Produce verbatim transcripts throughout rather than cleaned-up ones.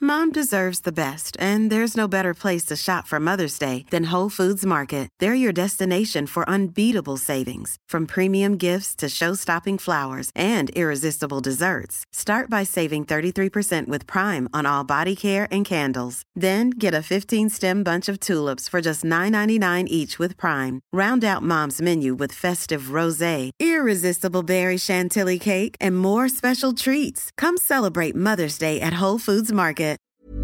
Mom deserves the best, and there's no better place to shop for Mother's Day than Whole Foods Market. They're your destination for unbeatable savings, from premium gifts to show-stopping flowers and irresistible desserts. Start by saving thirty-three percent with Prime on all body care and candles. Then get a fifteen-stem bunch of tulips for just nine ninety-nine each with Prime. Round out Mom's menu with festive rosé, irresistible berry chantilly cake, and more special treats. Come celebrate Mother's Day at Whole Foods Market.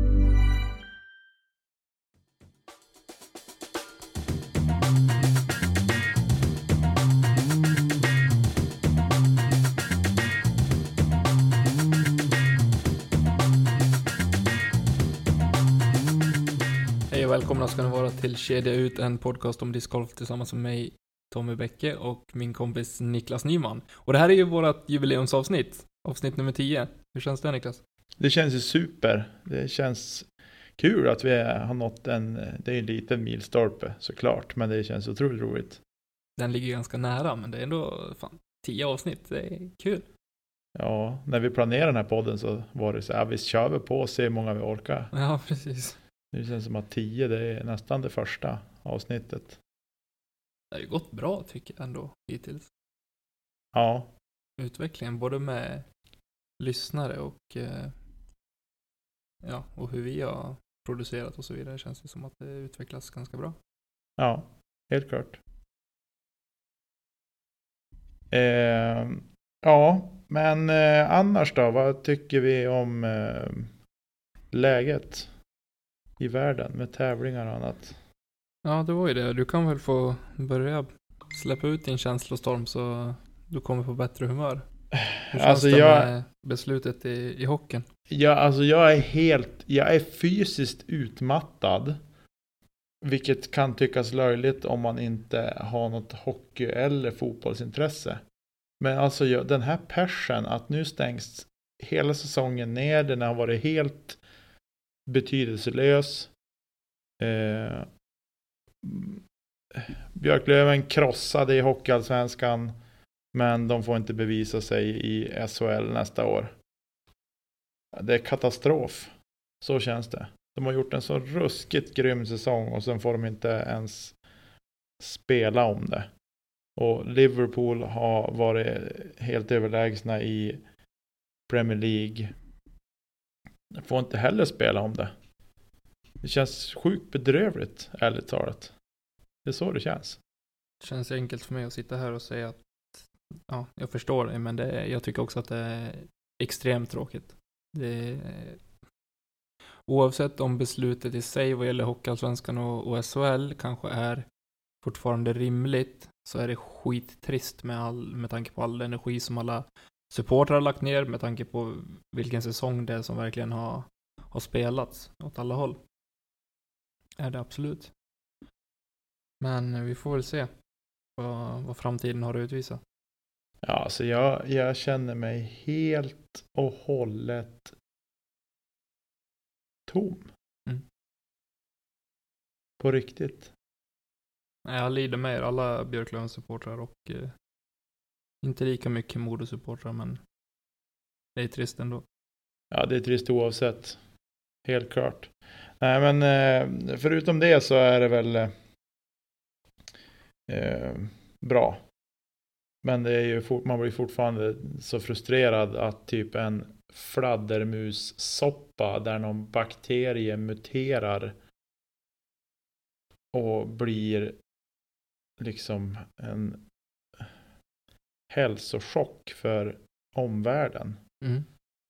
Hej och välkomna ska ni vara till Kedja ut, en podcast om discgolf tillsammans med mig, Tommy Bäcke, och min kompis Niklas Nyman. Och det här är ju vårt jubileumsavsnitt, avsnitt nummer tio. Hur känns det, Niklas? Det känns ju super. Det känns kul att vi har nått en, det är en liten milstolpe såklart, men det känns otroligt roligt. Den ligger ganska nära, men det är ändå fan, tio avsnitt, det är kul. Ja, när vi planerade den här podden så var det så här, vi kör vi på och ser hur många vi orkar. Ja, precis. Det känns som att tio, det är nästan det första avsnittet. Det har ju gått bra tycker jag ändå hittills. Ja. Utvecklingen både med lyssnare och eh, ja, och hur vi har producerat och så vidare, känns det som att det utvecklas ganska bra. Ja, helt klart. Eh, ja, men eh, annars då, vad tycker vi om eh, läget i världen med tävlingar och annat? Ja, det var ju det. Du kan väl få börja släppa ut din känslostorm så du kommer på bättre humör. Hur känns alltså det jag, med beslutet i, i hockeyn? Ja, alltså jag är helt, jag är fysiskt utmattad. Vilket kan tyckas löjligt om man inte har något hockey- eller fotbollsintresse. Men alltså jag, den här passion att nu stängs hela säsongen ner, den har varit helt betydelselös. Eh, Björklöven krossade i Hockeyallsvenskan, men de får inte bevisa sig i S H L nästa år. Det är katastrof. Så känns det. De har gjort en så ruskigt grym säsong och sen får de inte ens spela om det. Och Liverpool har varit helt överlägsna i Premier League. De får inte heller spela om det. Det känns sjukt bedrövligt, ärligt talat. Det är så det känns. Det känns enkelt för mig att sitta här och säga att ja, jag förstår det, men det, jag tycker också att det är extremt tråkigt. Det är, oavsett om beslutet i sig vad gäller Hockeyallsvenskan och, och S H L kanske är fortfarande rimligt, så är det skittrist med, all, med tanke på all energi som alla supportrar har lagt ner, med tanke på vilken säsong det är som verkligen har, har spelats åt alla håll. Är det absolut. Men vi får väl se vad, vad framtiden har att utvisa. Ja, alltså jag, jag känner mig helt och hållet tom. Mm. På riktigt. Jag lider med er, alla Björklöven-supportrar, och eh, inte lika mycket Modo-supportrar, men det är trist ändå. Ja, det är trist oavsett. Helt klart. Nej, men eh, förutom det så är det väl eh, bra. Men det är ju fort, man blir fortfarande så frustrerad att typ en fladdermussoppa där någon bakterie muterar och blir liksom en hälsochock för omvärlden. Mm.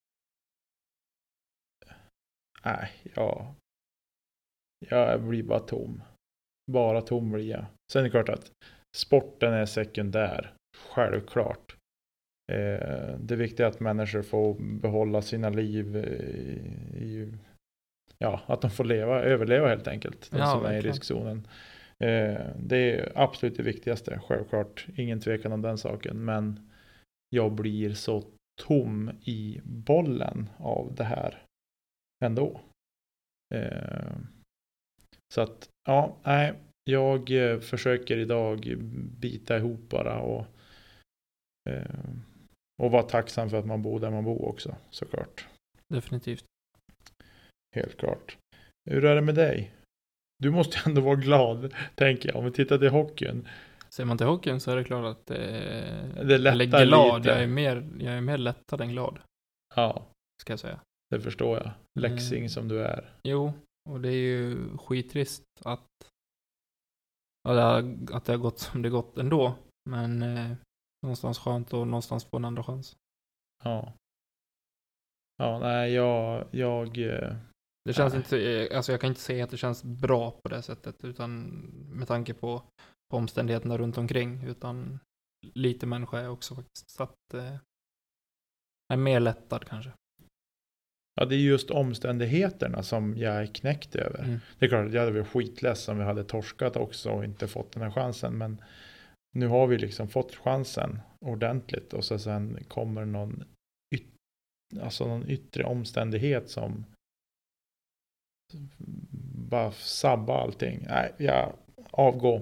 Nej, ja. Jag blir bara tom. Bara tom blir jag. Sen är det klart att sporten är sekundär. Självklart. Eh, det viktiga är att människor får behålla sina liv i, i, ja, att de får leva, överleva helt enkelt. De Ja, som är i verkligen. riskzonen. Eh, det är absolut det viktigaste. Självklart. Ingen tvekan om den saken. Men jag blir så tom i bollen av det här ändå. Eh, så att, ja, nej. Jag eh, försöker idag bita ihop bara och eh, och vara tacksam för att man bor där man bor också, såklart. Definitivt. Helt klart. Hur är det med dig? Du måste ändå vara glad, tänker jag, om vi tittar till hockeyn. Ser man till hockeyn så är det klart att det, det lättar eller glad. lite. Jag är, mer, jag är mer lättad än glad. Ja. Ska jag säga. Det förstår jag. Läxing Mm. som du är. Jo, och det är ju skittrist att, att, det, har, att det har gått som det gått ändå. Men eh, någonstans skönt och någonstans få en andra chans. Ja. Ja, nej, jag... jag Det känns nej. inte, alltså jag kan inte säga att det känns bra på det sättet. Utan med tanke på, på omständigheterna runt omkring. Utan lite människa är också faktiskt. Så att eh, är mer lättad kanske. Ja, det är just omständigheterna som jag är knäckt över. Mm. Det är klart att jag hade varit skitless om vi hade torskat också och inte fått den här chansen. Men nu har vi liksom fått chansen ordentligt. Och så sen kommer någon, yt- alltså någon yttre omständighet som bara sabbar allting. Nej, jag avgår.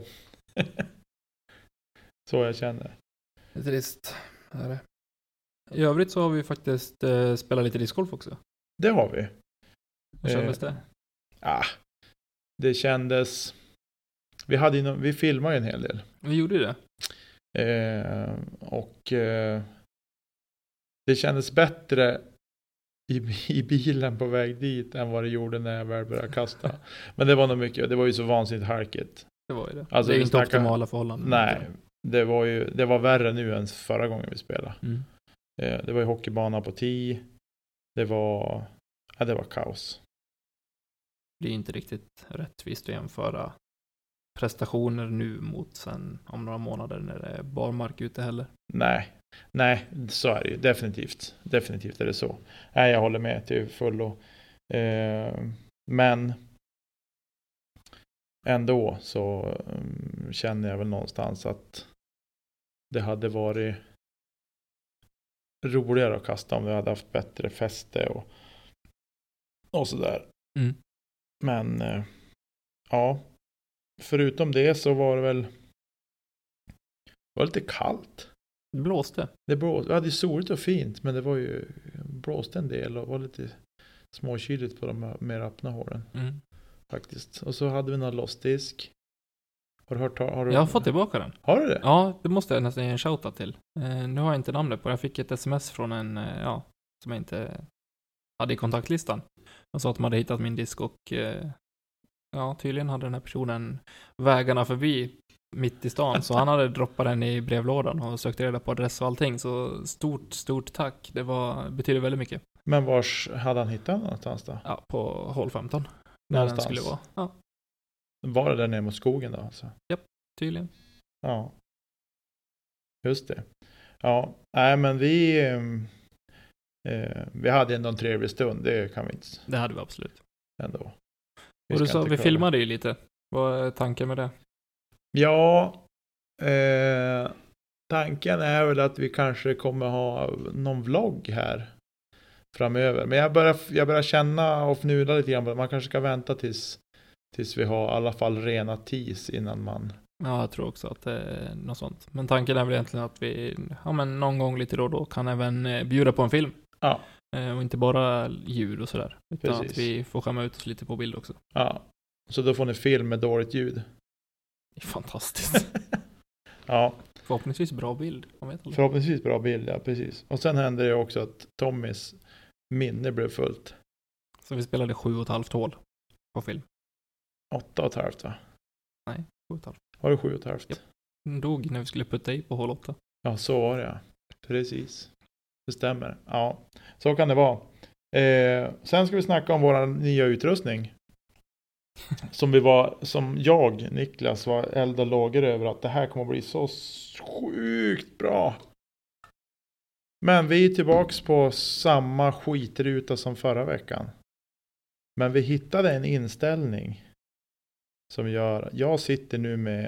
Så jag känner. Det är trist. Det är det. I övrigt så har vi faktiskt eh, spelat lite discgolf också. Det har vi. Hur kändes Eh, det? Ah, det kändes... Vi, hade no- vi filmade ju en hel del. Vi gjorde det. Eh, och eh, det kändes bättre i, i bilen på väg dit än vad det gjorde när jag väl började kasta. Men det var nog mycket, det var ju så vansinnigt halkigt. Det var ju det. Alltså, det är vi inte snackar- optimala förhållanden. Nej, det var ju det var värre nu än förra gången vi spelade. Mm. Eh, det var ju hockeybana på tio. Det var, ja, det var kaos. Det är inte riktigt rättvist att jämföra prestationer nu mot sen om några månader när det är barmark ute heller. Nej, nej, så är det ju. Definitivt. Definitivt är det så. Nej, jag håller med till fullo. Eh, men ändå så um, känner jag väl någonstans att det hade varit roligare att kasta om vi hade haft bättre fäste och, och sådär. Mm. Men eh, ja, förutom det så var det väl det var lite kallt. Det blåste. Det blåste, vi hade ju soligt och fint, men det var ju blåste en del och var lite småkyligt på de mer öppna hålen Mm. faktiskt. Och så hade vi någon lossdisk. Har du hört? Har du, Jag har fått tillbaka den. Har du det? Ja, det måste jag nästan ge en shoutout till. Eh, nu har jag inte namnet på det. Jag fick ett sms från en, eh, ja, som jag inte hade i kontaktlistan. Han sa att de hade hittat min disk och eh, ja, tydligen hade den här personen vägarna förbi mitt i stan. Så han hade droppat den i brevlådan och sökt reda på adress och allting. Så stort, stort tack. Det var, betyder väldigt mycket. Men vars hade han hittat någonstans då? Ja, på hål femton. Där den Någonstans. skulle vara. Ja, Var det där nere mot skogen då alltså? tydligen. Ja. Just det. Ja, nej men vi eh, vi hade ändå en trevlig stund, det kan vi inte Det hade vi absolut. ändå. Och du ska sa inte vi klaga. filmade ju lite. Vad är tanken med det? Ja, eh, tanken är väl att vi kanske kommer ha någon vlogg här framöver. Men jag börjar, jag börjar känna och fnula lite grann. Man kanske ska vänta tills, tills vi har i alla fall rena tis innan man... Ja, jag tror också att det är något sånt. Men tanken är väl egentligen att vi, ja men någon gång lite då och då kan även eh, bjuda på en film. Ja, Eh, och inte bara ljud och sådär. Utan Precis. att vi får skämma ut oss lite på bild också. ja. Så då får ni film med dåligt ljud. Det är fantastiskt. Ja, Förhoppningsvis bra bild. Man vet aldrig. förhoppningsvis bra bild, ja precis. Och sen hände det också att Tommys minne blev fullt. Så vi spelade sju och ett halvt hål på film. Åtta och ett halvt va? Nej, sju och ett halvt. Var det sju och ett halvt? Japp. Den dog när vi skulle putta i på hål åtta. Ja, så var det ja. Precis. Det stämmer. Ja, så kan det vara. Eh, sen ska vi snacka om vår nya utrustning. Som vi var, som jag, Niklas, var eld och lågor över att det här kommer att bli så sjukt bra. Men vi är tillbaks på samma skitruta som förra veckan. Men vi hittade en inställning som gör, jag sitter nu med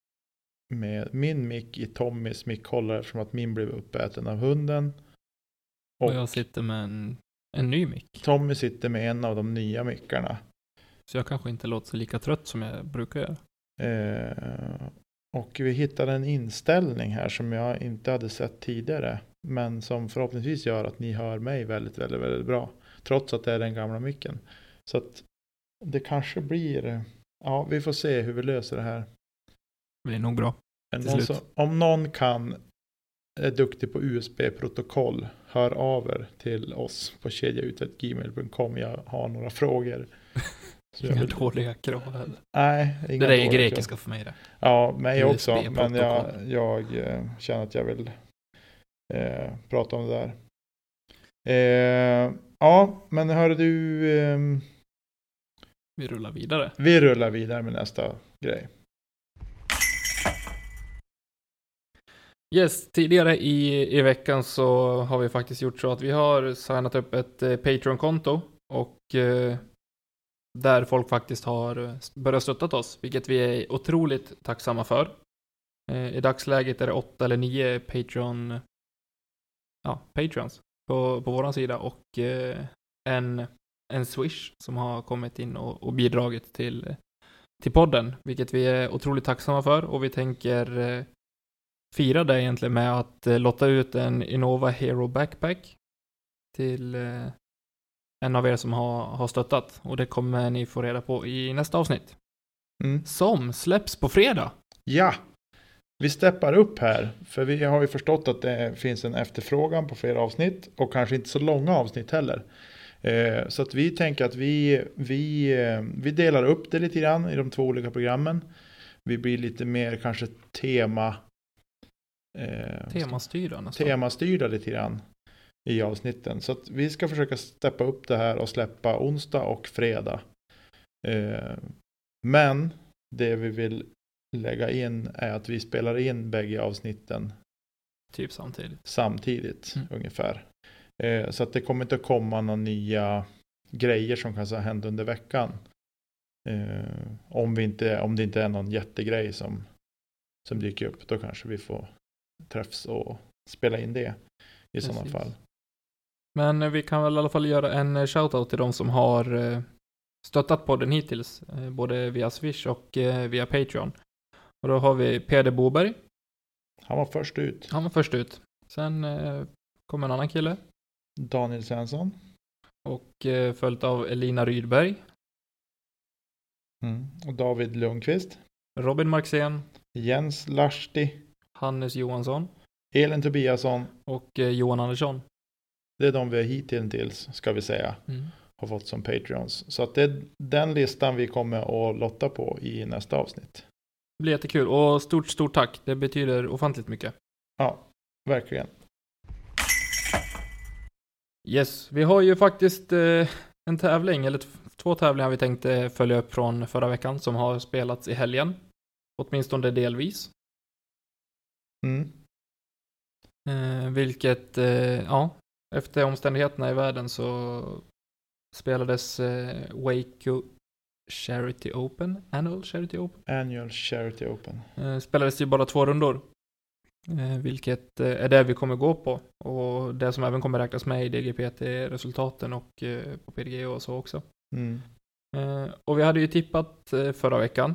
med min mick i Tommys mickhållare eftersom att min blev uppäten av hunden. Och, Och jag sitter med en, en ny mick. Tommy sitter med en av de nya mickarna. Så jag kanske inte låter så lika trött som jag brukar göra. Eh, och vi hittade en inställning här som jag inte hade sett tidigare. Men som förhoppningsvis gör att ni hör mig väldigt, väldigt, väldigt bra. Trots att det är den gamla micken. Så att det kanske blir, ja vi får se hur vi löser det här. Det blir nog bra. Någon som, om någon kan är duktig på U S B-protokoll, hör av er till oss på kedjautet snabel-a gmail punkt com. Jag har några frågor. Inga vill... dåliga krav heller. Nej, inga det där är grekiska krav. För mig det. Ja, mig också. Men jag, jag eh, känner att jag vill eh, prata om det där. Eh, ja, men hör du... Eh, vi rullar vidare. Vi rullar vidare med nästa grej. Yes, tidigare i, i veckan så har vi faktiskt gjort så att vi har signat upp ett eh, Patreon-konto och eh, där folk faktiskt har börjat stötta oss, vilket vi är otroligt tacksamma för. Eh, I dagsläget är det åtta eller nio Patreon, ja, Patreons på, på våran sida och eh, en, en Swish som har kommit in och, och bidragit till, till podden, vilket vi är otroligt tacksamma för och vi tänker eh, fira det egentligen med att eh, lotta ut en Innova Hero Backpack till eh, en av er som har, har stöttat. Och det kommer ni få reda på i nästa avsnitt. Mm. Som släpps på fredag. Ja, vi steppar upp här. För vi har ju förstått att det finns en efterfrågan på fler avsnitt. Och kanske inte så långa avsnitt heller. Eh, så att vi tänker att vi, vi, eh, vi delar upp det lite grann i de två olika programmen. Vi blir lite mer kanske tema... Eh, temastyrda nästan. Temastyrda lite grann i avsnitten. Så att vi ska försöka steppa upp det här och släppa onsdag och fredag. Eh, men det vi vill lägga in är att vi spelar in bägge avsnitten typ samtidigt. Samtidigt mm. ungefär. Eh, så att det kommer inte att komma några nya grejer som kanske har hänt under veckan. Eh, om, vi inte, om det inte är någon jättegrej som, som dyker upp, då kanske vi får träffs och spela in det i sådana fall. Men vi kan väl i alla fall göra en shoutout till de som har stöttat podden hittills, både via Swish och via Patreon. Och då har vi Peder Boberg. Han var först ut. Han var först ut. Sen kom en annan kille. Daniel Svensson. Och följt av Elina Rydberg. Mm. Och David Lundqvist. Robin Marxén. Jens Larsti. Hannes Johansson. Elin Tobiasson. Och eh, Johan Andersson. Det är de vi hittills, ska vi säga, mm. har fått som Patreons. Så att det är den listan vi kommer att lotta på i nästa avsnitt. Det blir jättekul. Och stort, stort tack. Det betyder ofantligt mycket. Ja, verkligen. Yes, vi har ju faktiskt eh, en tävling, eller t- två tävlingar vi tänkte följa upp från förra veckan som har spelats i helgen. Åtminstone delvis. Mm. Eh, vilket, eh, ja, efter omständigheterna i världen så spelades eh, Waco Charity Open, Annual Charity Open. Annual Charity Open. Eh, spelades ju bara två rundor. Eh, vilket eh, är det vi kommer gå på. Och det som även kommer räknas med i D G P T-resultaten och eh, på P D G och så också. Mm. Eh, och vi hade ju tippat eh, förra veckan.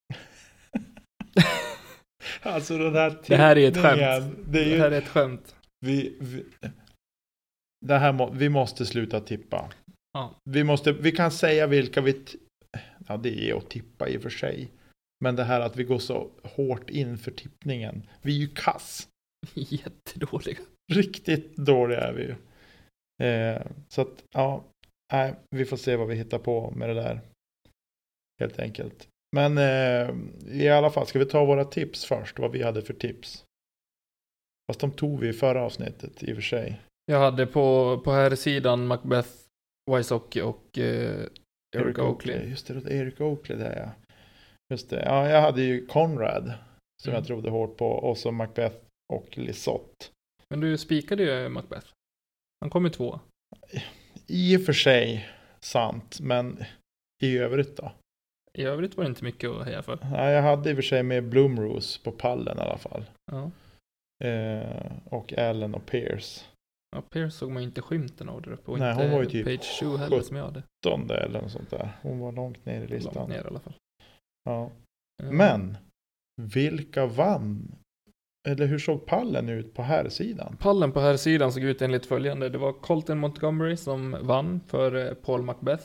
Alltså den här det här är ett skämt. Det, är ju, det här är ett skämt. Vi, vi, det här må, vi måste sluta tippa. Ja. Vi, måste, vi kan säga vilka vi... T- ja, det är att tippa i och för sig. Men det här att vi går så hårt in för tippningen. Vi är ju kass. Jättedåliga. Riktigt dåliga är vi ju. Eh, så att, ja. Nej, vi får se vad vi hittar på med det där. Helt enkelt. Men eh, i alla fall, ska vi ta våra tips först? Vad vi hade för tips. Fast de tog vi i förra avsnittet i och för sig. Jag hade på, på här sidan Macbeth, Wysocki och eh, Eric, Eric Oakley. Oakley. Just det, Eric Oakley där ja. Just det. Ja, jag hade ju Conrad som mm. jag trodde hårt på. Och så Macbeth och Lisotte. Men du spikade ju Macbeth. Han kom ju två. I och för sig sant, men i övrigt då? I övrigt var det inte mycket att heja för. Nej, jag hade i och för sig med Blomroos på pallen i alla fall. Ja. Eh, och Allen och Pierce. Ja, Pierce såg man inte skymten av det uppe. Och nej, inte hon var ju typ Page sju heller som jag hade. sjuttonde eller något sånt där. Hon var långt ner i listan. Långt ner i alla fall. Ja. Mm. Men, vilka vann? Eller hur såg pallen ut på här sidan? Pallen på här sidan såg ut enligt följande. Det var Colton Montgomery som vann för Paul Macbeth.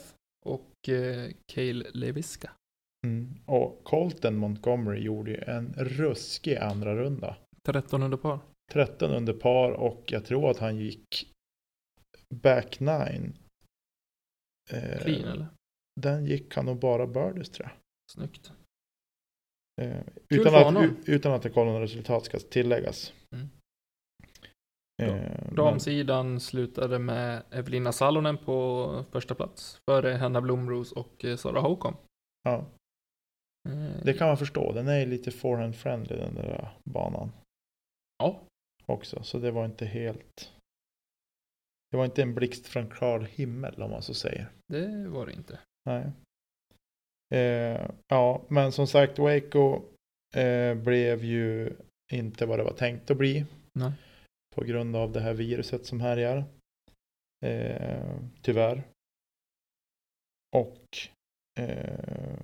och eh, Cale Leviska. Mm. Och Colton Montgomery gjorde ju en ruskig andra runda. tretton under par. tretton under par och jag tror att han gick back nine. Eh, Clean eller? Den gick han nog bara birdies tror jag. Snyggt. Eh, Kul utan, för att, honom. u- utan att det kollar några resultat ska tilläggas. Mm. Eh, men- Damsidan slutade med Evelina Salonen på första plats. Före Hanna Blomros och eh, Sara Håkon. ja, Eh, det kan man förstå. Den är lite forehand friendly den där banan Ja, också. Så det var inte helt... Det var inte en blixt från klar himmel om man så säger. det var det inte. Nej. Eh, ja, men som sagt Waco eh, blev ju inte vad det var tänkt att bli. Nej. På grund av det här viruset som härjar. Eh, tyvärr. Och eh,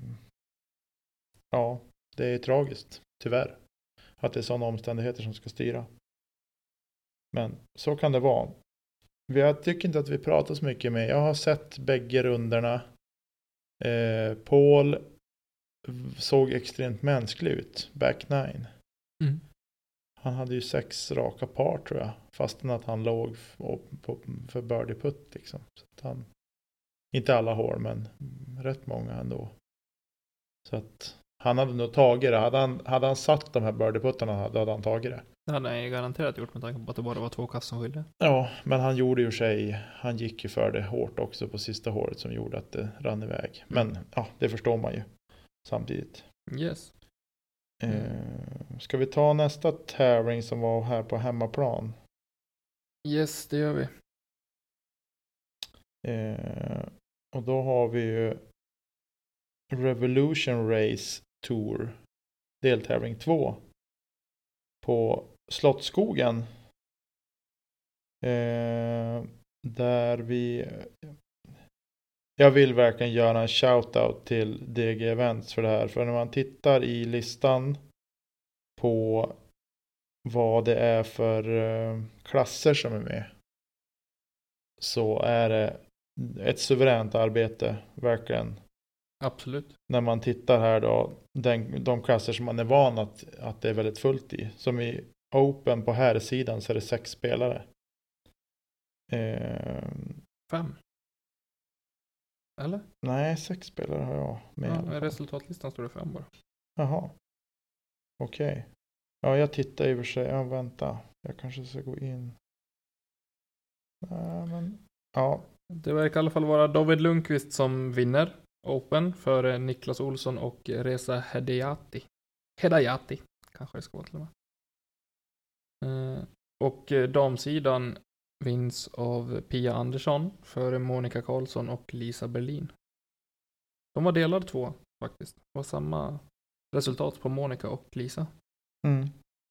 ja, det är tragiskt. Tyvärr. Att det är sådana omständigheter som ska styra. Men så kan det vara. Jag tycker inte att vi pratar så mycket med. Jag har sett bägge runderna. Eh, Paul såg extremt mänsklig ut. Back nine. Mm. Han hade ju sex raka par tror jag. Fastän att han låg på, på, för birdie putt liksom. Så att han, inte alla hål men rätt många ändå. Så att han hade nog tagit det. Hade han, hade han satt de här birdie puttarna då hade han tagit det. Det hade han ju garanterat gjort med tanke på att det bara var två kast som skilde. Ja, men han gjorde ju sig, han gick ju för det hårt också på sista hålet som gjorde att det rann iväg. Men ja, det förstår man ju samtidigt. Yes. Eh, ska vi ta nästa tävling som var här på hemmaplan? Yes, det gör vi. Eh, och då har vi ju Revolution Race Tour deltävling två på Slottsskogen. Eh, där vi jag vill verkligen göra en shoutout till D G Events för det här. För när man tittar i listan på vad det är för eh, klasser som är med så är det ett suveränt arbete verkligen. Absolut. När man tittar här då den, de klasser som man är van att, att det är väldigt fullt i. Som i Open på här sidan så är det sex spelare. Eh, Fem. Eller? nej, sex spelare har jag med. i alla Ja, fall. i resultatlistan står det fem bara. Jaha. Okej. Okay. Ja, jag tittar i och för sig. Ja, vänta. Jag kanske ska gå in. Nej, men... Ja. Det verkar i alla fall vara David Lundqvist som vinner Open för Niklas Olsson och Reza Hedayati. Hedayati kanske det ska vara till och med. Eh, och damsidan vinns av Pia Andersson för Monica Karlsson och Lisa Berlin. De var delade två faktiskt. Det var samma resultat på Monica och Lisa. Mm.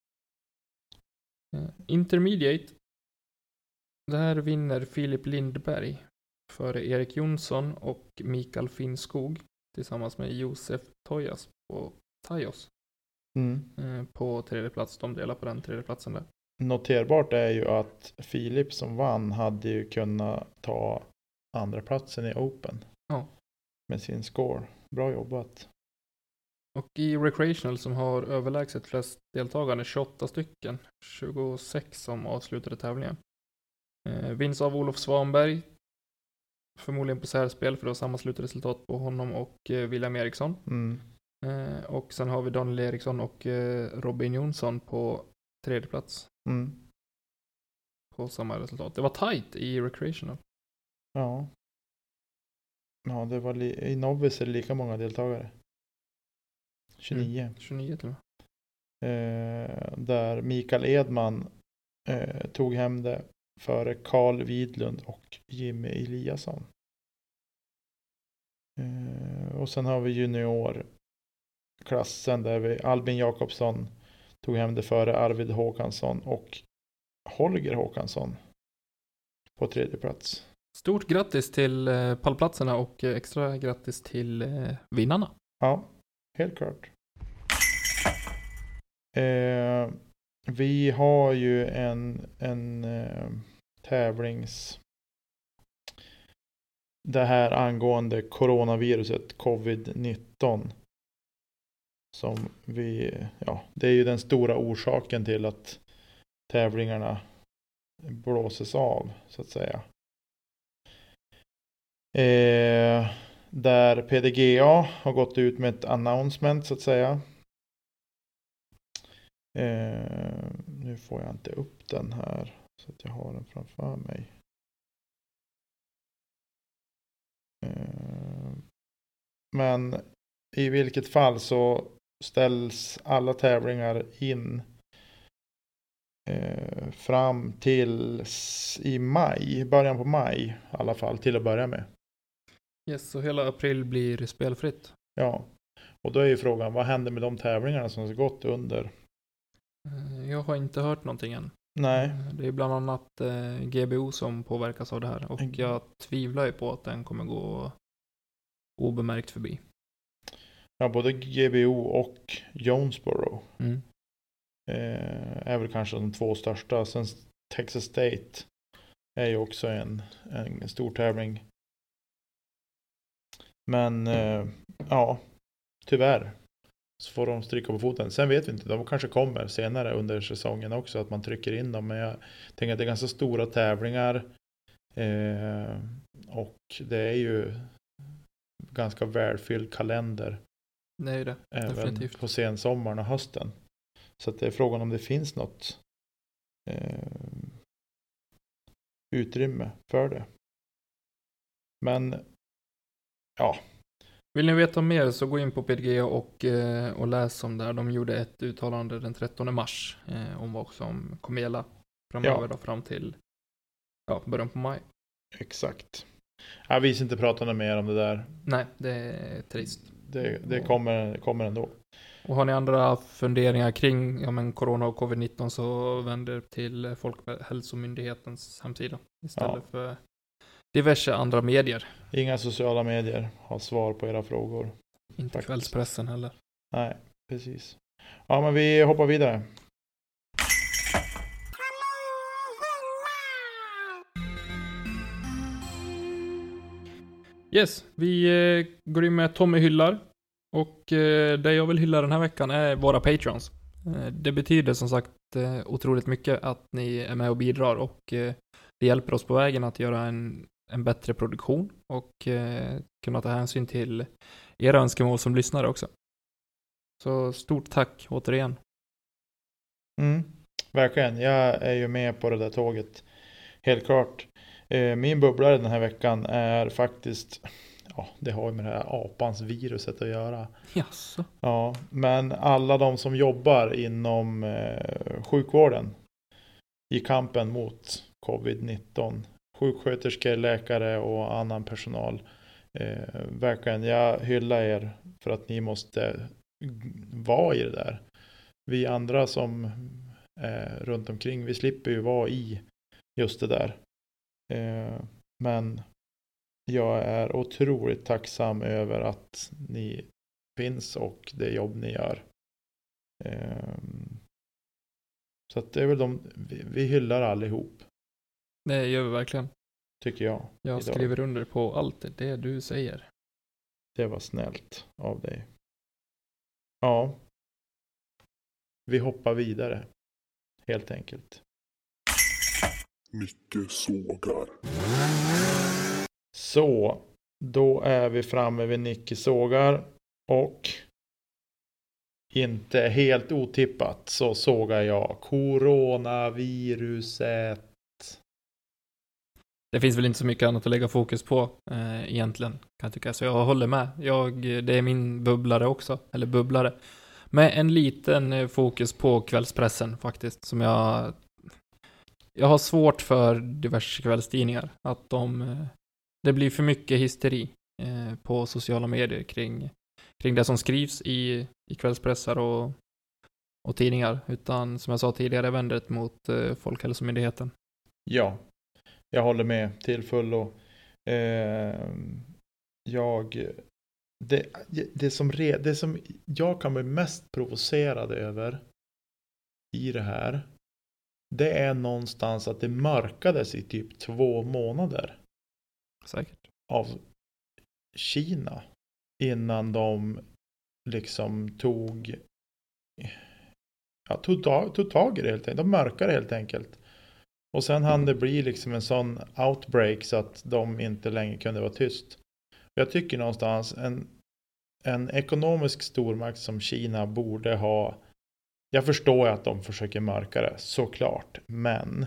Eh, Intermediate. Där vinner Filip Lindberg för Erik Jonsson och Mikael Finnskog tillsammans med Josef Tojas på Tajos. Mm. Eh, på tredje plats. De delar på den tredje platsen där. Noterbart är ju att Filip som vann hade ju kunnat ta andra platsen i Open. Ja. Med sin score. Bra jobbat. Och i Recreational som har överlägset flest deltagare, tjugoåtta stycken, tjugosex som avslutade tävlingen. Eh, vinns av Olof Svanberg. Förmodligen på särspel för det var samma slutresultat på honom och eh, William Eriksson. Mm. Eh, och sen har vi Daniel Eriksson och eh, Robin Jonsson på tredje plats. Mm. På samma resultat. Det var tight i Recreational. Ja. Ja, det var li- i Novice är det lika många deltagare. tjugonio. Mm, tjugonio till och med. Eh, där Mikael Edman eh, tog hem det före Carl Widlund och Jimmy Eliasson. Eh, och sen har vi juniorklassen där vi Albin Jakobsson tog hem det före Arvid Håkansson och Holger Håkansson på tredje plats. Stort grattis till eh, pallplatserna och eh, extra grattis till eh, vinnarna. Ja, helt klart. Eh, vi har ju en, en eh, tävlings det här angående coronaviruset covid nitton. Som vi, ja, det är ju den stora orsaken till att tävlingarna blåses av, så att säga. Eh, där P D G A har gått ut med ett announcement, så att säga. Eh, nu får jag inte upp den här så att jag har den framför mig. Eh, men i vilket fall så ställs alla tävlingar in eh, fram till i maj, början på maj i alla fall, till att börja med. Yes, så hela april blir spelfritt. Ja, och då är ju frågan, vad händer med de tävlingarna som har gått under? Jag har inte hört någonting än. Nej. Det är bland annat eh, G B O som påverkas av det här. Och Mm. jag tvivlar ju på att den kommer gå obemärkt förbi. Ja, både G B O och Jonesboro Mm. eh, är väl kanske de två största. Sen Texas State är ju också en, en stor tävling. Men eh, ja, tyvärr så får de stryka på foten. Sen vet vi inte, de kanske kommer senare under säsongen också att man trycker in dem. Men jag tänker att det är ganska stora tävlingar. Eh, och det är ju ganska välfylld kalender. Det är ju det, Även definitivt. på sensommaren och hösten. Så att det är frågan om det finns något eh, utrymme för det. Men ja. Vill ni veta mer så gå in på P D G och, eh, och läs om det här. De gjorde ett uttalande den trettonde mars eh, om vad som kommer gälla framöver Ja. då, fram till ja, början på maj. Exakt. Jag vill inte prata något mer om det där. Nej, det är trist. Det, det kommer, kommer ändå. Och har ni andra funderingar kring ja, men corona och covid nitton så vänder till Folkhälsomyndighetens hemsida istället Ja. för diverse andra medier. Inga sociala medier har svar på era frågor. Inte Faktiskt. kvällspressen heller. Nej, precis. Ja, men vi hoppar vidare. Yes, vi eh, går in med Tommy hyllar. Och eh, det jag vill hylla den här veckan är våra patrons. Eh, det betyder som sagt eh, otroligt mycket att ni är med och bidrar. Och eh, det hjälper oss på vägen att göra en, en bättre produktion. Och eh, kunna ta hänsyn till era önskemål som lyssnare också. Så stort tack återigen. Mm, verkligen, jag är ju med på det där tåget. Helt klart. Eh, min bubblare den här veckan är faktiskt, ja, det har ju med det här apans viruset att göra. Jaså? Ja, men alla de som jobbar inom eh, sjukvården i kampen mot covid nitton. Sjuksköterskor, läkare och annan personal. Eh, verkligen, jag hyllar er för att ni måste vara i det där. Vi andra som är runt omkring, vi slipper ju vara i just det där. Eh, men jag är otroligt tacksam över att ni finns och det jobb ni gör. Eh, så att det är väl de, vi, vi hyllar allihop, Det gör vi verkligen. tycker jag. Jag idag. skriver under på allt det du säger. Det var snällt av dig. Ja. Vi hoppar vidare. Helt enkelt. Mycket sågar. Så. Då är vi framme vid Nicke sågar. Och inte helt otippat så sågar jag coronaviruset. Det finns väl inte så mycket annat att lägga fokus på eh, egentligen, kan jag tycka. Så jag håller med. Jag, det är min bubblare också. Eller bubblare. Med en liten eh, fokus på kvällspressen faktiskt. Som jag... Jag har svårt för diverse kvällstidningar. Att de... Eh, det blir för mycket hysteri eh, på sociala medier kring, kring det som skrivs i, i kvällspressar och, och tidningar. Utan som jag sa tidigare vänder det mot eh, Folkhälsomyndigheten. Ja. Jag håller med till fullo. Eh, jag... Det, det, som re, det som jag kan bli mest provocerad över i det här, det är någonstans att det mörkades i typ två månader. Säkert. av Kina innan de liksom tog ja, tog, tag, tog tag i det helt enkelt. De mörkade helt enkelt. Och sen hann det bli liksom en sån outbreak så att de inte längre kunde vara tyst. Jag tycker någonstans en, en ekonomisk stormakt som Kina borde ha. Jag förstår att de försöker mörka det, såklart. Men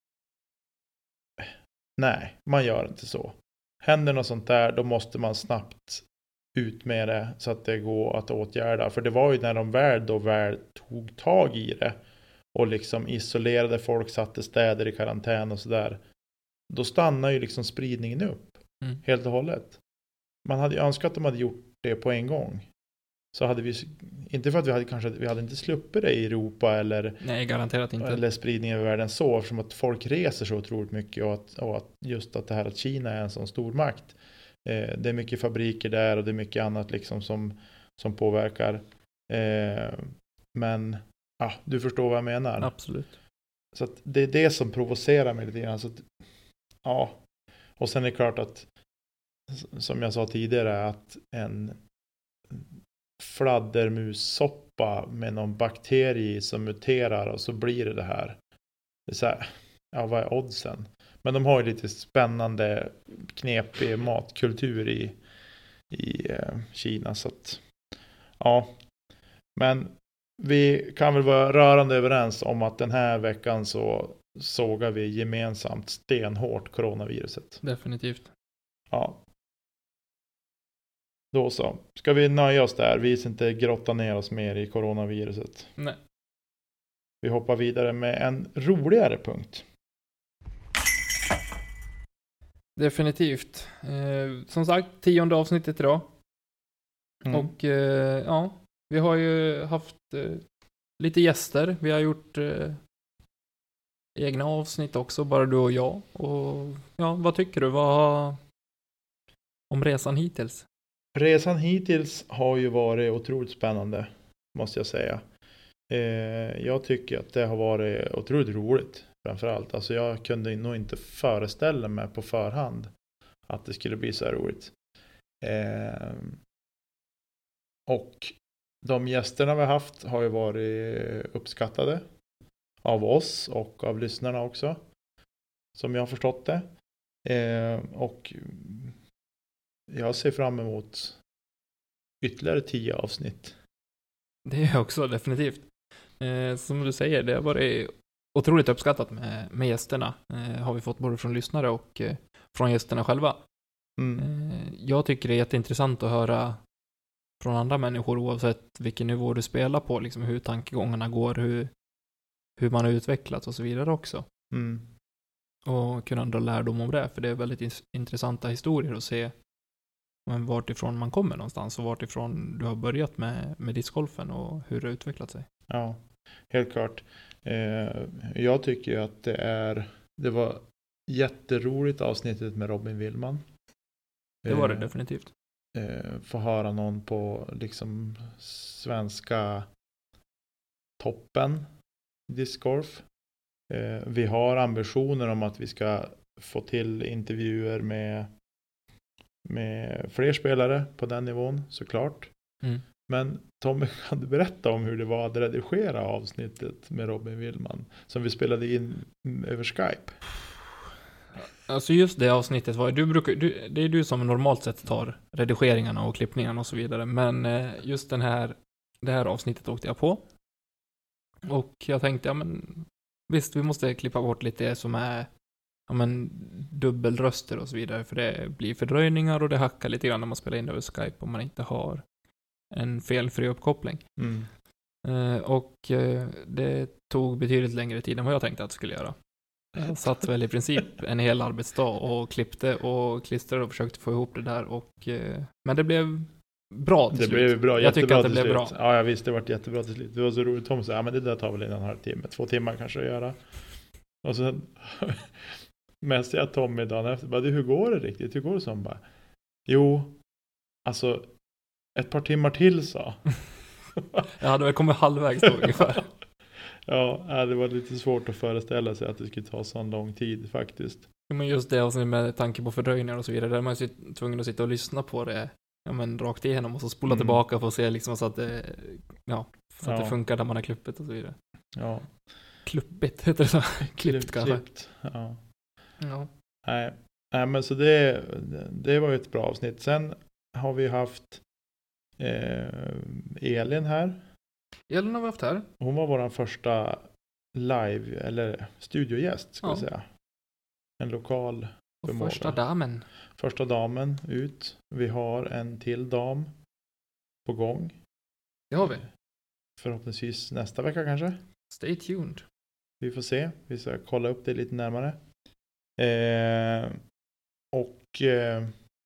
nej, man gör inte så. Händer något sånt där, då måste man snabbt ut med det så att det går att åtgärda. För det var ju när de väl då väl tog tag i det och liksom isolerade folk, satte städer i karantän och sådär. Då stannar ju liksom spridningen upp mm. helt och hållet. Man hade ju önskat att de hade gjort det på en gång. Så hade vi, inte för att vi hade kanske, vi hade inte sluppit det i Europa eller, nej, garanterat inte. Eller spridning över världen så, eftersom att folk reser så otroligt mycket och att, och att just att det här att Kina är en sån stor makt. Eh, det är mycket fabriker där och det är mycket annat liksom som, som påverkar. Eh, men ja, du förstår vad jag menar. Absolut. Så att det är det som provocerar mig lite grann. Så att, ja, och sen är det klart att som jag sa tidigare att en fladdermussoppa med någon bakterie som muterar och så blir det det här. Det är så här, ja, vad är oddsen? Men de har ju lite spännande knepig matkultur i, i eh, Kina så att ja, men vi kan väl vara rörande överens om att den här veckan så sågar vi gemensamt stenhårt coronaviruset. Definitivt. Ja. Då så. Ska vi nöja oss där? Vi ska inte grotta ner oss mer i coronaviruset. Nej. Vi hoppar vidare med en roligare punkt. Definitivt. Eh, som sagt, tionde avsnittet idag. Mm. Och eh, ja, vi har ju haft eh, lite gäster. Vi har gjort eh, egna avsnitt också, bara du och jag. Och ja, vad tycker du? Vad om resan hittills? Resan hittills har ju varit otroligt spännande, måste jag säga. Eh, jag tycker att det har varit otroligt roligt, framförallt. Alltså jag kunde nog inte föreställa mig på förhand att det skulle bli så här roligt. Eh, och de gästerna vi har haft har ju varit uppskattade av oss och av lyssnarna också, som jag har förstått det. Eh, och jag ser fram emot ytterligare tio avsnitt. Det är också definitivt. Eh, som du säger, det har varit otroligt uppskattat med, med gästerna. Eh, har vi fått både från lyssnare och eh, från gästerna själva. Mm. Eh, jag tycker det är jätteintressant att höra från andra människor oavsett vilken nivå du spelar på. Liksom hur tankegångarna går, hur, hur man har utvecklats och så vidare också. Mm. Och kunna dra lärdom om det. För det är väldigt in- intressanta historier att se men vart ifrån man kommer någonstans och vart ifrån du har börjat med, med discgolfen och hur det har utvecklat sig. Ja, helt klart. Eh, jag tycker ju att det är det var jätteroligt avsnittet med Robin Willman. Det var det eh, definitivt. Eh, få höra någon på liksom svenska toppen discgolf. Eh, vi har ambitioner om att vi ska få till intervjuer med med fler spelare på den nivån, såklart. Mm. Men Tommy, kan du berätta om hur det var att redigera avsnittet med Robin Willman som vi spelade in över Skype? Alltså just det avsnittet var du brukar, du, det är du som normalt sett tar redigeringarna och klippningarna och så vidare, men just den här det här avsnittet åkte jag på och jag tänkte, ja men visst, vi måste klippa bort lite som är ja, men dubbelröster och så vidare, för det blir fördröjningar och det hackar lite grann när man spelar in över Skype om man inte har en felfri uppkoppling. Mm. Uh, och uh, det tog betydligt längre tid än vad jag tänkte att det skulle göra. Jag satt väl i princip en hel arbetsdag och klippte och klistrade och försökte få ihop det där och uh, men det blev bra till det slut. Blev bra, jag tycker att det till blev slut. bra. Ja, jag visste det var jättebra till slut. Det var så roligt. Tom sa, ja men det där tar väl en halvtimme, två timmar kanske att göra. Och sen mest jag Tommy dagen efter bara, hur går det riktigt? Hur går det som bara? Jo, alltså ett par timmar till så. Jag hade väl kommit halvvägs då ungefär. Ja, det var lite svårt att föreställa sig att det skulle ta så lång tid faktiskt. Men just det, och sen med tanke på fördröjningar och så vidare, där är man ju tvungen att sitta och lyssna på det, ja, men rakt igenom och så spola Mm. tillbaka för att se liksom så att det, ja, så att Ja. det funkar där man har klippet och så vidare. Ja. Kluppigt heter det så. Klippt kanske. Klippt. Ja. Ja. Nej. Nej, men så det, det var ju ett bra avsnitt. Sen har vi haft eh, Elin här. Elin har vi haft här. Hon var vår första live eller studiogäst ska Ja. jag säga. En lokal Och förmåga. första damen. Första damen ut. Vi har en till dam på gång. Det har vi. Förhoppningsvis nästa vecka kanske. Stay tuned. Vi får se. Vi ska kolla upp det lite närmare. Eh, och eh,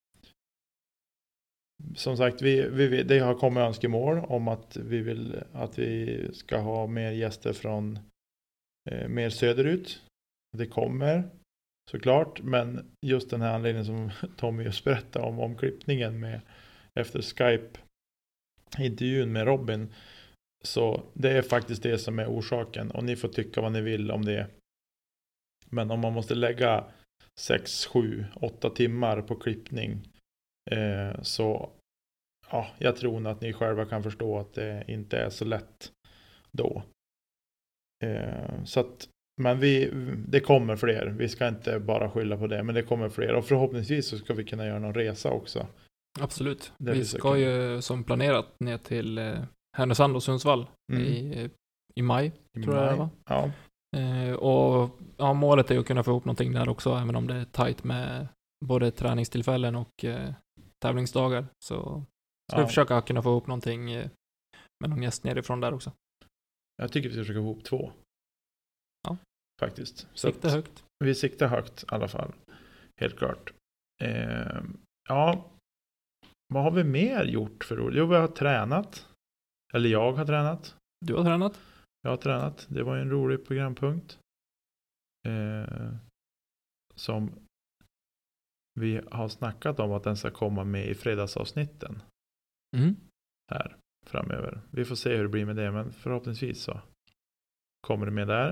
som sagt, vi, vi, det har kommit önskemål om att vi vill att vi ska ha mer gäster från eh, mer söderut. Det kommer såklart, men just den här anledningen som Tommy just berättade om, om klippningen med efter Skype-intervjun med Robin. Så det är faktiskt det som är orsaken. Och ni får tycka vad ni vill om det. Men om man måste lägga sex, sju, åtta timmar på klippning. Eh, så ja, jag tror att ni själva kan förstå att det inte är så lätt då. Eh, så att, men vi, det kommer fler. Vi ska inte bara skylla på det. Men det kommer fler. Och förhoppningsvis så ska vi kunna göra någon resa också. Absolut. Det vi vi ska ska kunna. ju som planerat ner till eh, Härnösand och Sundsvall Mm. i, i maj. I tror jag det var. Ja. Eh, och ja, målet är att kunna få ihop någonting där också, även om det är tajt med både träningstillfällen och eh, tävlingsdagar. Så ska Ja. vi försöka kunna få ihop någonting eh, med någon gäst nerifrån där också. Jag tycker vi ska försöka ihop två. Ja. Faktiskt. Så Sikta att högt. vi siktar högt i alla fall. Helt klart. Eh, ja. Vad har vi mer gjort för roligt? Jo, vi har tränat. Eller jag har tränat. Du har tränat? Jag har tränat. Det var en rolig programpunkt. Eh, som vi har snackat om att den ska komma med i fredagsavsnitten Mm. här framöver. Vi får se hur det blir med det, men förhoppningsvis så kommer det med där.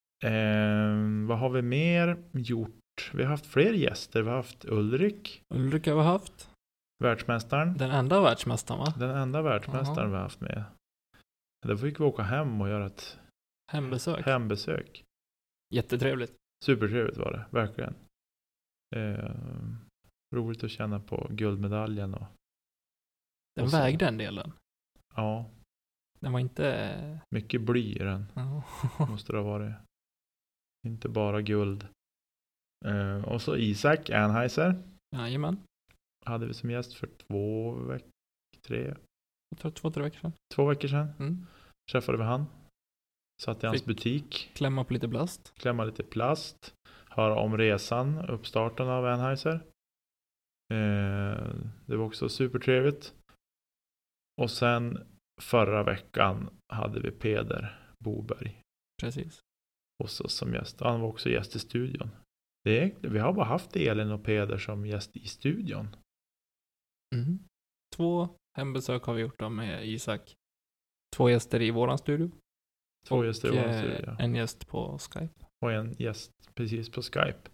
Eh, vad har vi mer gjort? Vi har haft fler gäster. Vi har haft Ulrik, Ulrik har vi haft. världsmästaren. Den enda världsmästaren, va? Den enda världsmästaren Jaha. vi har haft med. Då fick vi åka hem och göra ett Hembesök. hembesök. Jättetrevligt. Supertrevligt var det, verkligen. Eh, roligt att känna på guldmedaljen. Och, Den och så- vägde en del den. ja, Den var inte... mycket bly i den. Ja. Måste det ha varit. Inte bara guld. Eh, och så Isak Anheiser. Jajamän. Hade vi som gäst för två veckor. Tre. Jag tror två, tre veckor sedan. Två veckor sedan. Mm. Träffade vi han. Satt i hans Fick- butik. Klämma på lite plast. Klämma lite plast. Höra om resan. Uppstarten av Anheuser. Eh, det var också supertrevligt. Och sen förra veckan hade vi Peder Boberg Precis. hos oss som gäst. Han var också gäst i studion. Det är, vi har bara haft Elin och Peder som gäst i studion. Mm. Två hembesök har vi gjort då med Isak. Två gäster i våran studio. Två gäster i vår eh, studio. Ja. En gäst på Skype. Och en gäst precis på Skype.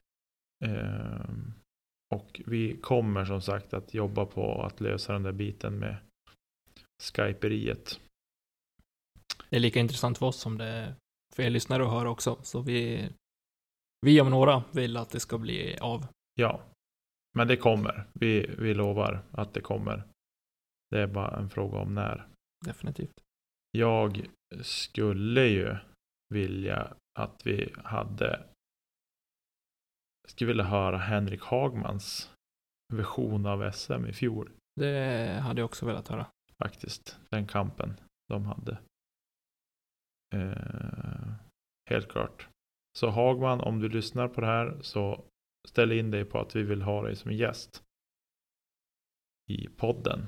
Ehm, och vi kommer som sagt att jobba på att lösa den där biten med Skyperiet. Det är lika intressant för oss som det är för er lyssnare att höra också. Så vi, vi om några vill att det ska bli av. Ja, men det kommer. Vi, vi lovar att det kommer. Det är bara en fråga om när. Definitivt. Jag skulle ju vilja att vi hade skulle vilja höra Henrik Hagmans version av S M i fjol. Det hade jag också velat höra. Faktiskt. Den kampen de hade. Eh, helt klart. Så Hagman, om du lyssnar på det här så ställ in dig på att vi vill ha dig som gäst i podden.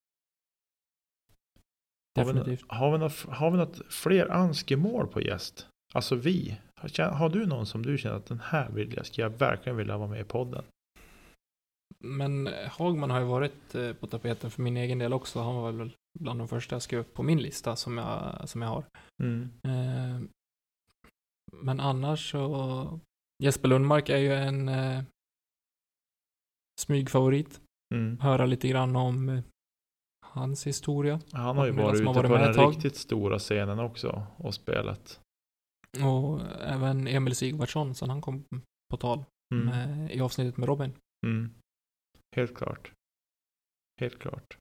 Har vi, Definitivt. nå- har, vi något, har vi något fler önskemål på gäst? Alltså vi. Har, har du någon som du känner att den här vill jag, ska jag verkligen vilja vara med i podden? Men Hagman har ju varit eh, på tapeten för min egen del också. Han var väl bland de första jag skrev upp på min lista som jag, som jag har. Mm. Eh, men annars så Jesper Lundmark är ju en eh, smygfavorit. Mm. Höra lite grann om eh, hans historia. Han har ju Medan varit som ute har på varit med den ett tag. riktigt stora scenen också och spelat. Och även Emil Sigvardsson, sen han kom på tal Mm. med, i avsnittet med Robin. Mm. Helt klart. Helt klart.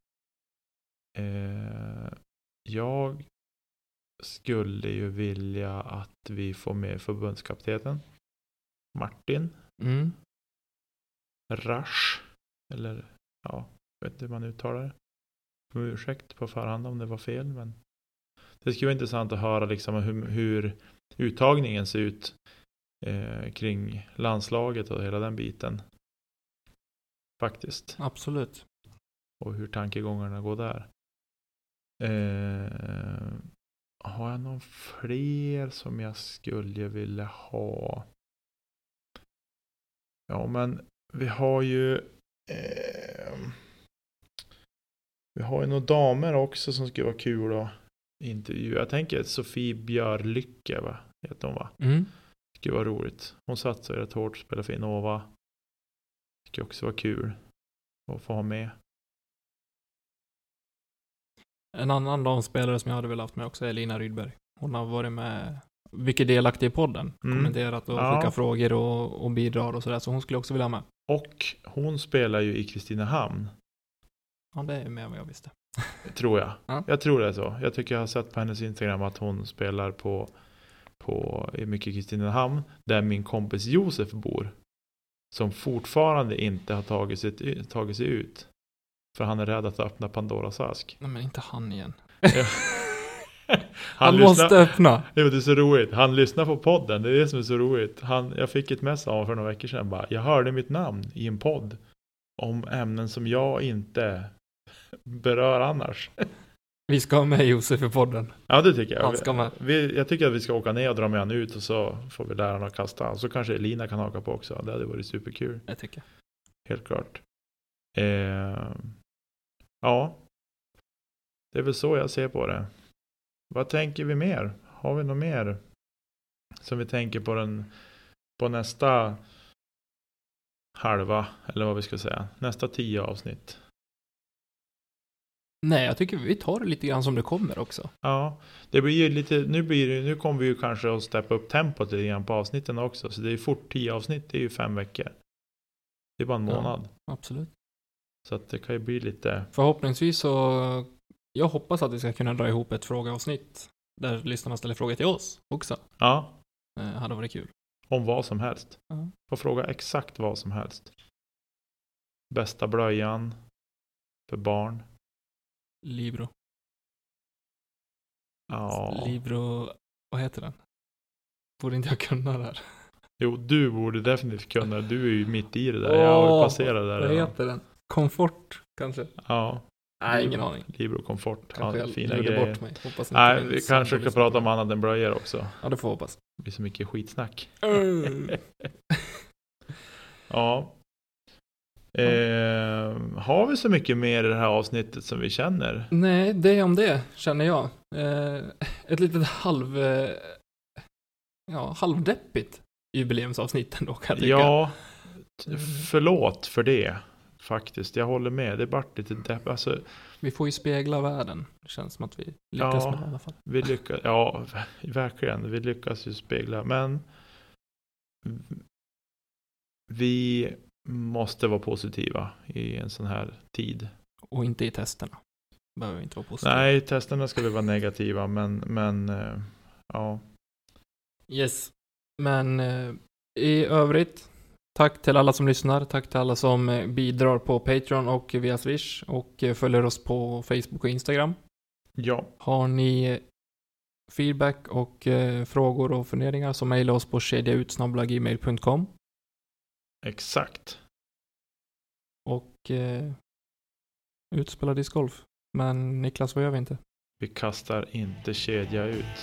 Eh, jag skulle ju vilja att vi får med förbundskaptenen Martin Mm. Rasch. Eller ja, vet inte hur man uttalar det. Om ursäkt på förhand om det var fel, men det skulle vara intressant att höra liksom hur, hur uttagningen ser ut eh, kring landslaget och hela den biten. Faktiskt. Absolut. Och hur tankegångarna går där. Eh, har jag någon fler som jag skulle vilja ha? Ja, men vi har ju eh, vi har ju några damer också som skulle vara kul att intervjua. Jag tänker att Sofie Björlycke, va? Heter hon, va? Mm. Det skulle vara roligt. Hon satsar ju rätt hårt, spelar för Innova. Det skulle också vara kul att få ha med. En annan damspelare som jag hade velat haft med också är Lina Rydberg. Hon har varit med mycket delaktig i podden. Mm. Kommenterat och Ja. skickat frågor och, och bidrar och sådär. Så hon skulle också vilja ha med. Och hon spelar ju i Kristinehamn. Ja, det är mer än vad jag visste. Tror jag. Ja. Jag tror det är så. Jag tycker jag har sett på hennes Instagram att hon spelar på, på i mycket Kristinehamn. Där min kompis Josef bor. Som fortfarande inte har tagit sig, tagit sig ut. För han är rädd att öppna Pandoras ask. Nej, men inte han igen. han Han lyssnar, måste öppna. det är så roligt. Han lyssnar på podden. Det är det som är så roligt. Han, jag fick ett mess av honom för några veckor sedan. Bara, jag hörde mitt namn i en podd. Om ämnen som jag inte berör annars. Vi ska ha med Josef i podden. Ja, det tycker jag. Han ska med. Vi, jag tycker att vi ska åka ner och dra med han ut. Och så får vi lära honom att kasta. Och så kanske Elina kan haka på också. Det hade varit superkul. Jag tycker. Helt klart. Eh, ja. Det är väl så jag ser på det. Vad tänker vi mer? Har vi något mer som vi tänker på den på nästa halva, eller vad vi ska säga, nästa tio avsnitt? Nej, jag tycker vi tar det lite grann som det kommer också. Ja, det blir ju lite, nu blir det, nu kommer vi ju kanske att steppa upp tempot lite grann på avsnitten också, så det är fort tio avsnitt, det är ju fem veckor. Det är bara en månad. Ja, absolut. Så att det kan ju bli lite... Förhoppningsvis så, jag hoppas att vi ska kunna dra ihop ett frågeavsnitt där lyssnarna ställer frågor till oss också. Ja. Eh, hade varit kul. Om vad som helst. Ja. Får fråga exakt vad som helst. Bästa blöjan för barn. Libro. Ja. Libro, vad heter den? Borde inte jag kunna det här? Jo, du borde definitivt kunna. Du är ju mitt i det där. Jag har ju passerat där. Vad redan. heter den? Komfort, kanske? Ja. Nej, ingen aning. Libro Komfort. Kanske Ja, jag fina gjorde grejer. bort mig. Hoppas inte Nej, min vi sambo kanske ska lyssnar prata på om det. annat än blöjor också. Ja, det får jag hoppas. Det blir så mycket skitsnack. Mm. Ja. Eh, har vi så mycket mer i det här avsnittet som vi känner? Nej, det är om det, känner jag. Eh, ett litet halv... Eh, ja, halvdeppigt jubileumsavsnitt ändå, kan jag tycka. Ja, t- förlåt för det. Faktiskt, jag håller med. Det är bara lite depp. Alltså, Vi får ju spegla världen. Det känns som att vi lyckas Ja. med det i alla fall. vi lyckas, ja, verkligen. Vi lyckas ju spegla. Men vi måste vara positiva i en sån här tid. Och inte i testerna. Behöver vi inte vara positiva. Nej, testerna ska vi vara negativa. Men, men eh, ja. Yes. Men eh, i övrigt, tack till alla som lyssnar. Tack till alla som eh, bidrar på Patreon och via Swish. Och eh, följer oss på Facebook och Instagram. Ja, Har ni eh, feedback och eh, frågor och funderingar så mejla oss på kedjaut snabel-a gmail punkt com. exakt. Och eh, utspela discgolf. Men Niklas, vad gör vi inte? Vi kastar inte kedja ut.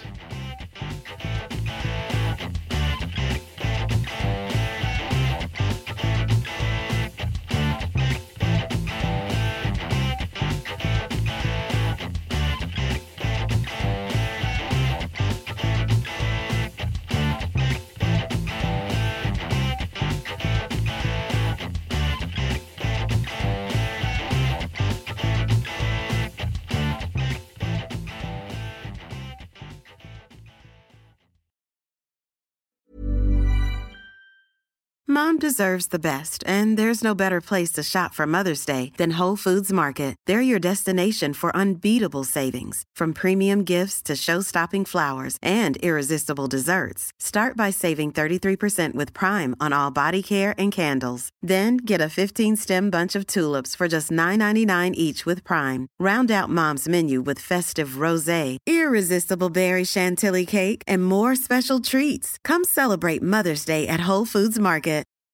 Mom deserves the best, and there's no better place to shop for Mother's Day than Whole Foods Market. They're your destination for unbeatable savings, from premium gifts to show-stopping flowers and irresistible desserts. Start by saving thirty-three percent with Prime on all body care and candles. Then get a fifteen-stem bunch of tulips for just nine ninety-nine each with Prime. Round out Mom's menu with festive rosé, irresistible berry chantilly cake, and more special treats. Come celebrate Mother's Day at Whole Foods Market.